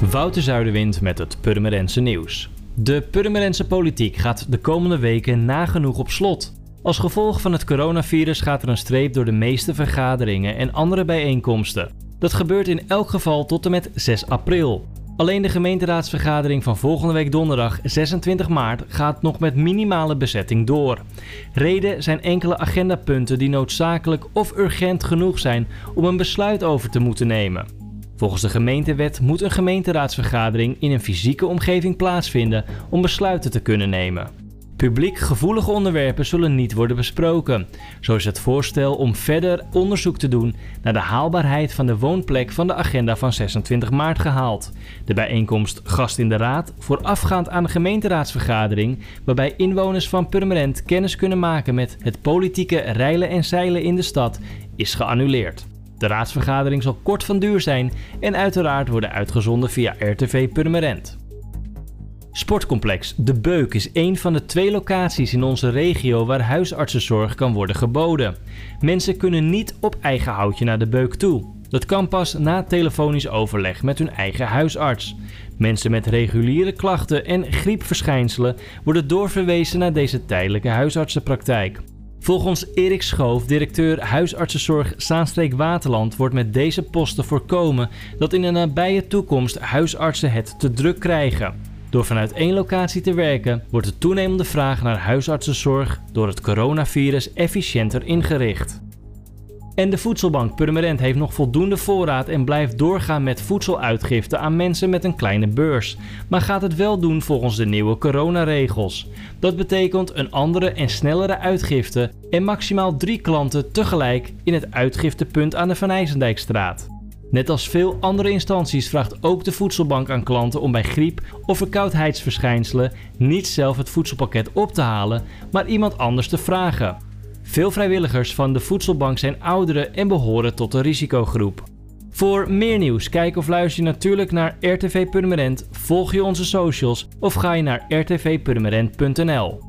Wouter Zuiderwind met het Purmerendse nieuws. De Purmerendse politiek gaat de komende weken nagenoeg op slot. Als gevolg van het coronavirus gaat er een streep door de meeste vergaderingen en andere bijeenkomsten. Dat gebeurt in elk geval tot en met 6 april. Alleen de gemeenteraadsvergadering van volgende week donderdag 26 maart gaat nog met minimale bezetting door. Reden zijn enkele agendapunten die noodzakelijk of urgent genoeg zijn om een besluit over te moeten nemen. Volgens de gemeentewet moet een gemeenteraadsvergadering in een fysieke omgeving plaatsvinden om besluiten te kunnen nemen. Publiek gevoelige onderwerpen zullen niet worden besproken. Zo is het voorstel om verder onderzoek te doen naar de haalbaarheid van de woonplek van de agenda van 26 maart gehaald. De bijeenkomst Gast in de Raad, voorafgaand aan de gemeenteraadsvergadering, waarbij inwoners van Purmerend kennis kunnen maken met het politieke reilen en zeilen in de stad, is geannuleerd. De raadsvergadering zal kort van duur zijn en uiteraard worden uitgezonden via RTV Purmerend. Sportcomplex De Beuk is een van de 2 locaties in onze regio waar huisartsenzorg kan worden geboden. Mensen kunnen niet op eigen houtje naar De Beuk toe. Dat kan pas na telefonisch overleg met hun eigen huisarts. Mensen met reguliere klachten en griepverschijnselen worden doorverwezen naar deze tijdelijke huisartsenpraktijk. Volgens Erik Schoof, directeur huisartsenzorg Zaanstreek-Waterland, wordt met deze posten voorkomen dat in de nabije toekomst huisartsen het te druk krijgen. Door vanuit 1 locatie te werken, wordt de toenemende vraag naar huisartsenzorg door het coronavirus efficiënter ingericht. En de Voedselbank Purmerend heeft nog voldoende voorraad en blijft doorgaan met voedseluitgifte aan mensen met een kleine beurs, maar gaat het wel doen volgens de nieuwe coronaregels. Dat betekent een andere en snellere uitgifte en maximaal 3 klanten tegelijk in het uitgiftepunt aan de Van IJsendijkstraat. Net als veel andere instanties vraagt ook de Voedselbank aan klanten om bij griep of verkoudheidsverschijnselen niet zelf het voedselpakket op te halen, maar iemand anders te vragen. Veel vrijwilligers van de Voedselbank zijn ouderen en behoren tot de risicogroep. Voor meer nieuws, kijk of luister je natuurlijk naar RTV Purmerend, volg je onze socials of ga je naar rtvpurmerend.nl.